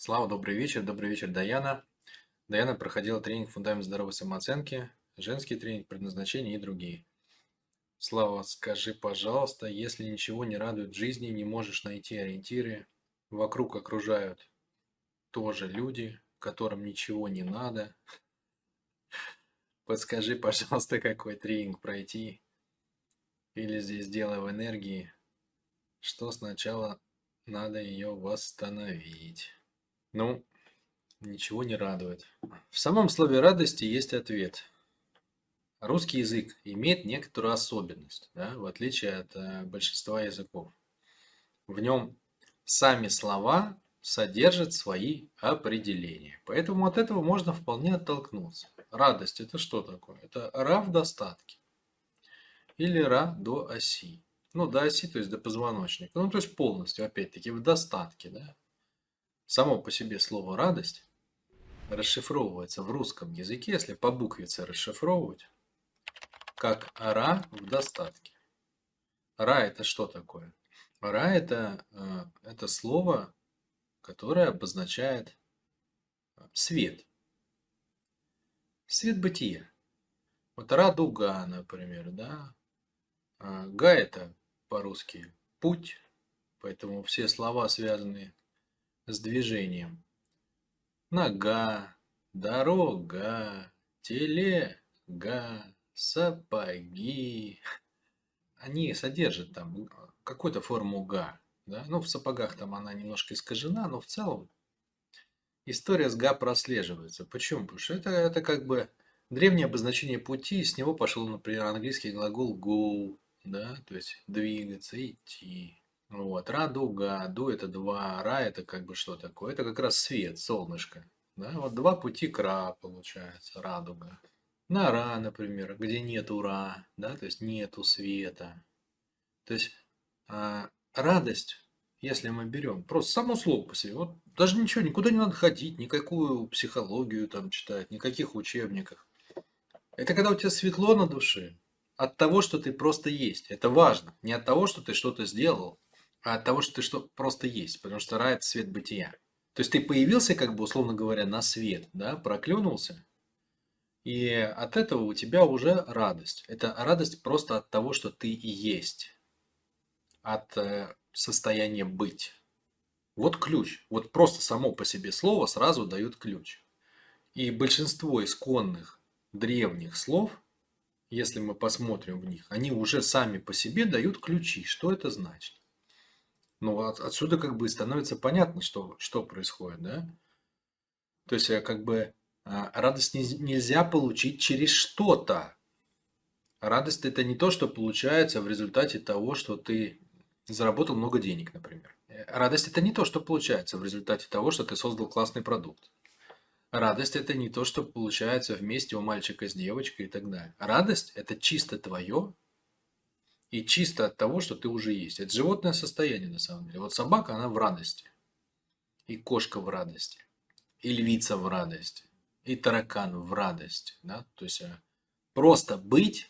Слава, добрый вечер, Даяна. Даяна проходила тренинг «Фундамент здоровой самооценки», женский тренинг, предназначение и другие. Слава, скажи, пожалуйста, если ничего не радует в жизни, не можешь найти ориентиры, вокруг окружают тоже люди, которым ничего не надо, подскажи, пожалуйста, какой тренинг пройти, или здесь дело в энергии, что сначала надо ее восстановить. Ну, ничего не радует. В самом слове радости есть ответ. Русский язык имеет некоторую особенность, да, в отличие от большинства языков. В нем сами слова содержат свои определения. Поэтому от этого можно вполне оттолкнуться. Радость – это что такое? Это ра в достатке. Или ра до оси. Ну, до оси, то есть до позвоночника. Ну, то есть полностью, опять-таки, в достатке. Да? Само по себе слово «радость» расшифровывается в русском языке, если по буквице расшифровывать, как ра в достатке. Ра это что такое? Ра это слово, которое обозначает свет. Свет бытия. Вот радуга, например, да. Га это по-русски путь, поэтому все слова связаны с движением. Нога, дорога, телега, сапоги. Они содержат там какую-то форму га. Да? Ну, в сапогах там она немножко искажена, но в целом история с га прослеживается. Почему? Потому что это как бы древнее обозначение пути, и с него пошел, например, английский глагол go, да, то есть двигаться, идти. Вот, радуга, ду это два, ра это как бы что такое? Это как раз свет, солнышко. Да? Вот два пути к ра получается, радуга. На ра, например, где нету ра, да, то есть нету света. То есть радость, если мы берем, просто само слово по себе, вот даже ничего, никуда не надо ходить, никакую психологию там читать, никаких учебников. Это когда у тебя светло на душе от того, что ты просто есть. Это важно. Не от того, что ты что-то сделал, а от того, что ты что просто есть. Потому что рай – это свет бытия. То есть ты появился, как бы, условно говоря, на свет, да, проклюнулся, и от этого у тебя уже радость. Это радость просто от того, что ты и есть. От состояния быть. Вот ключ. Вот просто само по себе слово сразу дает ключ. И большинство исконных древних слов, если мы посмотрим в них, они уже сами по себе дают ключи. Что это значит? Ну, отсюда как бы становится понятно, что происходит, да? То есть, как бы радость нельзя получить через что-то. Радость это не то, что получается в результате того, что ты заработал много денег, например. Радость это не то, что получается в результате того, что ты создал классный продукт. Радость это не то, что получается вместе у мальчика с девочкой и так далее. Радость это чисто твое и чисто от того, что ты уже есть. Это животное состояние на самом деле. Вот собака, она в радости. И кошка в радости. И львица в радости. И таракан в радости. Да? То есть просто быть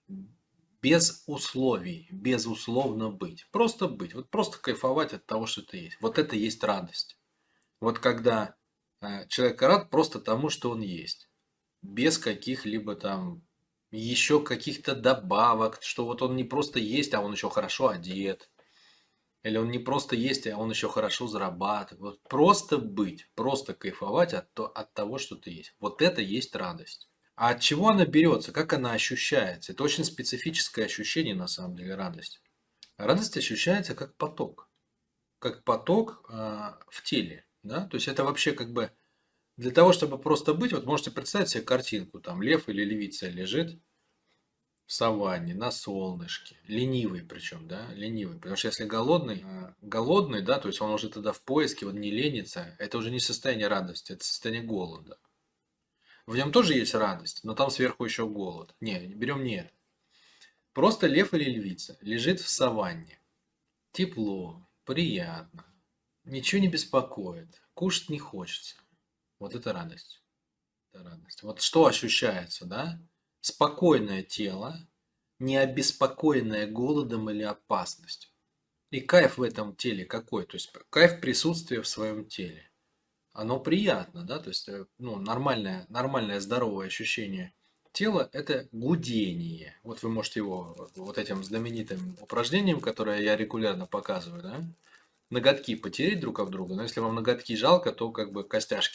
без условий, безусловно быть. Просто быть. Вот просто кайфовать от того, что ты есть. Вот это есть радость. Вот когда человек рад просто тому, что он есть. Без каких-либо там еще каких-то добавок, что вот он не просто есть, а он еще хорошо одет. Или он не просто есть, а он еще хорошо зарабатывает. Вот просто быть, просто кайфовать от того, что ты есть. Вот это есть радость. А от чего она берется? Как она ощущается? Это очень специфическое ощущение, на самом деле, радости. Радость ощущается как поток. Как поток в теле. Да? То есть это вообще как бы для того, чтобы просто быть, вот можете представить себе картинку, там лев или львица лежит в саванне, на солнышке, ленивый причем, да, ленивый, потому что если голодный, голодный, да, то есть он уже тогда в поиске, он не ленится, это уже не состояние радости, это состояние голода. В нем тоже есть радость, но там сверху еще голод. Не, берем не это. Просто лев или львица лежит в саванне. Тепло, приятно, ничего не беспокоит, кушать не хочется. Вот это радость. Это радость. Вот что ощущается, да? Спокойное тело, не обеспокоенное голодом или опасностью. И кайф в этом теле какой? То есть кайф присутствия в своем теле. оно приятно, да, то есть, ну, нормальное здоровое ощущение тела – это гудение. Вот вы можете его вот этим знаменитым упражнением, которое я регулярно показываю, да, ноготки потереть друг об друга, но если вам ноготки жалко, то как бы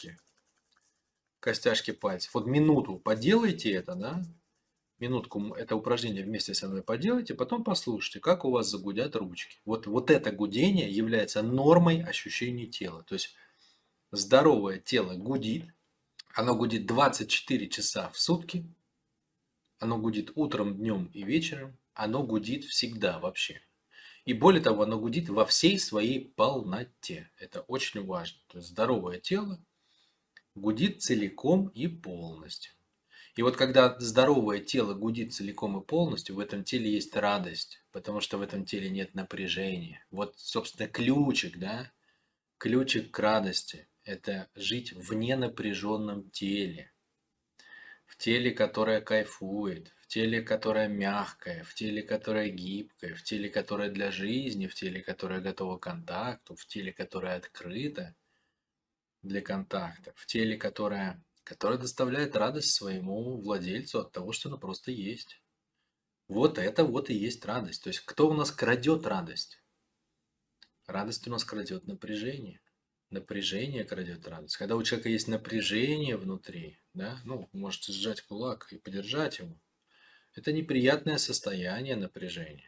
костяшки пальцев. Вот минуту поделайте это, да, минутку это упражнение вместе со мной поделайте, потом послушайте, как у вас загудят ручки. Вот это гудение является нормой ощущений тела. То есть здоровое тело гудит, оно гудит 24 часа в сутки, оно гудит утром, днем и вечером, оно гудит всегда вообще. И более того, оно гудит во всей своей полноте. Это очень важно. То есть здоровое тело гудит целиком и полностью. И вот когда здоровое тело гудит целиком и полностью, в этом теле есть радость, потому что в этом теле нет напряжения. Вот, собственно, ключик, да, ключик к радости – это жить в ненапряженном теле. В теле, которое кайфует, в теле, которое мягкое, в теле, которое гибкое, в теле, которое для жизни, в теле, которое готово к контакту, в теле, которое открыто для контакта, в теле, которое доставляет радость своему владельцу от того, что оно просто есть. Вот это вот и есть радость. То есть кто у нас крадет радость? Радость у нас крадет напряжение. Напряжение крадет радость. Когда у человека есть напряжение внутри, да, ну, можете сжать кулак и подержать его. Это неприятное состояние напряжения.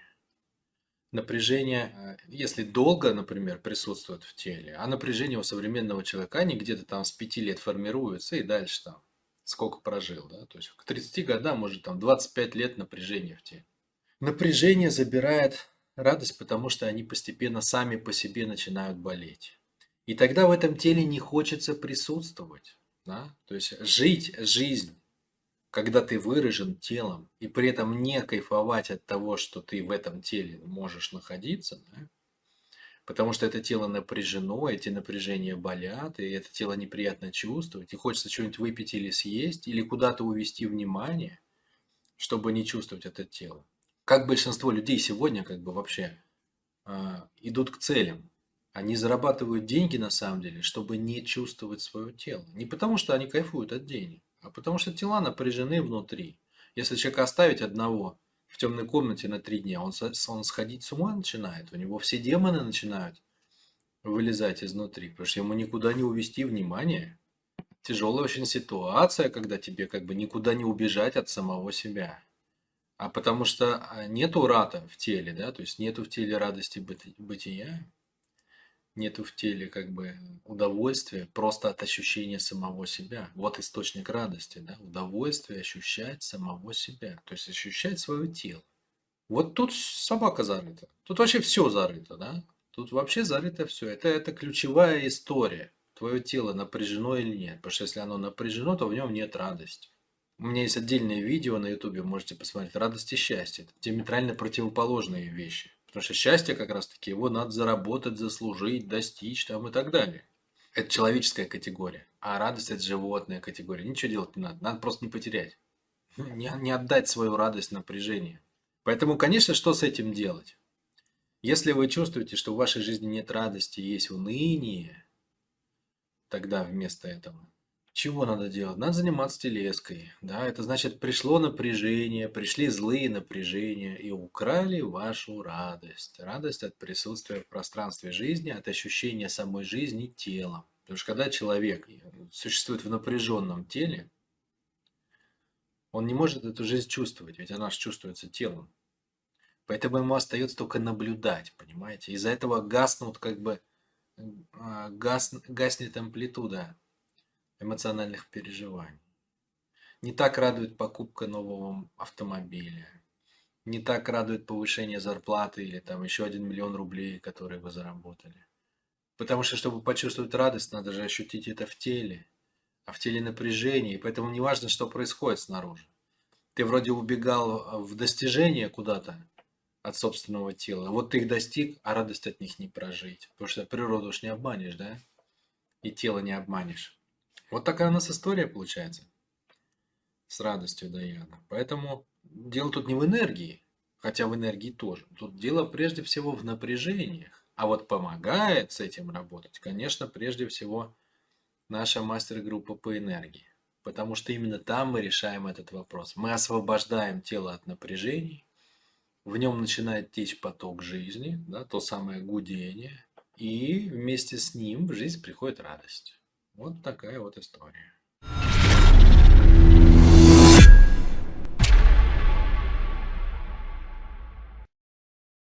Напряжение, если долго, например, присутствует в теле, а напряжение у современного человека, они где-то там с 5 лет формируются и дальше там сколько прожил, да, то есть к 30 годам может там 25 лет напряжения в теле. Напряжение забирает радость, потому что они постепенно сами по себе начинают болеть. И тогда в этом теле не хочется присутствовать, да, то есть жить жизнь, когда ты выражен телом, и при этом не кайфовать от того, что ты в этом теле можешь находиться, да? Потому что это тело напряжено, эти напряжения болят, и это тело неприятно чувствовать, и хочется что-нибудь выпить или съесть, или куда-то увести внимание, чтобы не чувствовать это тело. Как большинство людей сегодня как бы вообще идут к целям. Они зарабатывают деньги на самом деле, чтобы не чувствовать свое тело. Не потому, что они кайфуют от денег, а потому что тела напряжены внутри. Если человека оставить одного в темной комнате на 3 дня, он сходить с ума начинает, у него все демоны начинают вылезать изнутри, потому что ему никуда не увести внимание. Тяжелая очень ситуация, когда тебе как бы никуда не убежать от самого себя. А потому что нету рата в теле, да, то есть нету в теле радости бытия, нету в теле как бы удовольствия просто от ощущения самого себя. Вот источник радости, да, удовольствие ощущать самого себя, то есть ощущать свое тело. Вот тут собака зарыта, тут вообще все зарыто, да, тут вообще зарыто все. Это ключевая история. Твое тело напряжено или нет, потому что если оно напряжено, то в нем нет радости. У меня есть отдельное видео на ютубе, можете посмотреть. Радость и счастье. Это диаметрально противоположные вещи. Потому что счастье как раз таки его надо заработать, заслужить, достичь там и так далее. Это человеческая категория. А радость это животная категория. Ничего делать не надо. Надо просто не потерять. Не отдать свою радость напряжению. Поэтому, конечно, что с этим делать? Если вы чувствуете, что в вашей жизни нет радости, есть уныние, тогда вместо этого чего надо делать? Надо заниматься телеской. Да, это значит, пришло напряжение, пришли злые напряжения и украли вашу радость. Радость от присутствия в пространстве жизни, от ощущения самой жизни телом. Потому что когда человек существует в напряженном теле, он не может эту жизнь чувствовать, ведь она же чувствуется телом. Поэтому ему остается только наблюдать, понимаете? Из-за этого гаснут как бы гаснет амплитуда эмоциональных переживаний. Не так радует покупка нового автомобиля. Не так радует повышение зарплаты или там еще 1 миллион рублей, которые вы заработали. Потому что, чтобы почувствовать радость, надо же ощутить это в теле. А в теле напряжение, и поэтому не важно, что происходит снаружи. Ты вроде убегал в достижение куда-то от собственного тела. Вот ты их достиг, а радость от них не прожить. Потому что природу уж не обманешь, да? И тело не обманешь. Вот такая у нас история получается. С радостью, Даяна. Поэтому дело тут не в энергии, хотя в энергии тоже. Тут дело прежде всего в напряжениях. А вот помогает с этим работать, конечно, прежде всего наша мастер-группа по энергии. Потому что именно там мы решаем этот вопрос. Мы освобождаем тело от напряжений, в нем начинает течь поток жизни, да, то самое гудение, и вместе с ним в жизнь приходит радость. Вот такая вот история.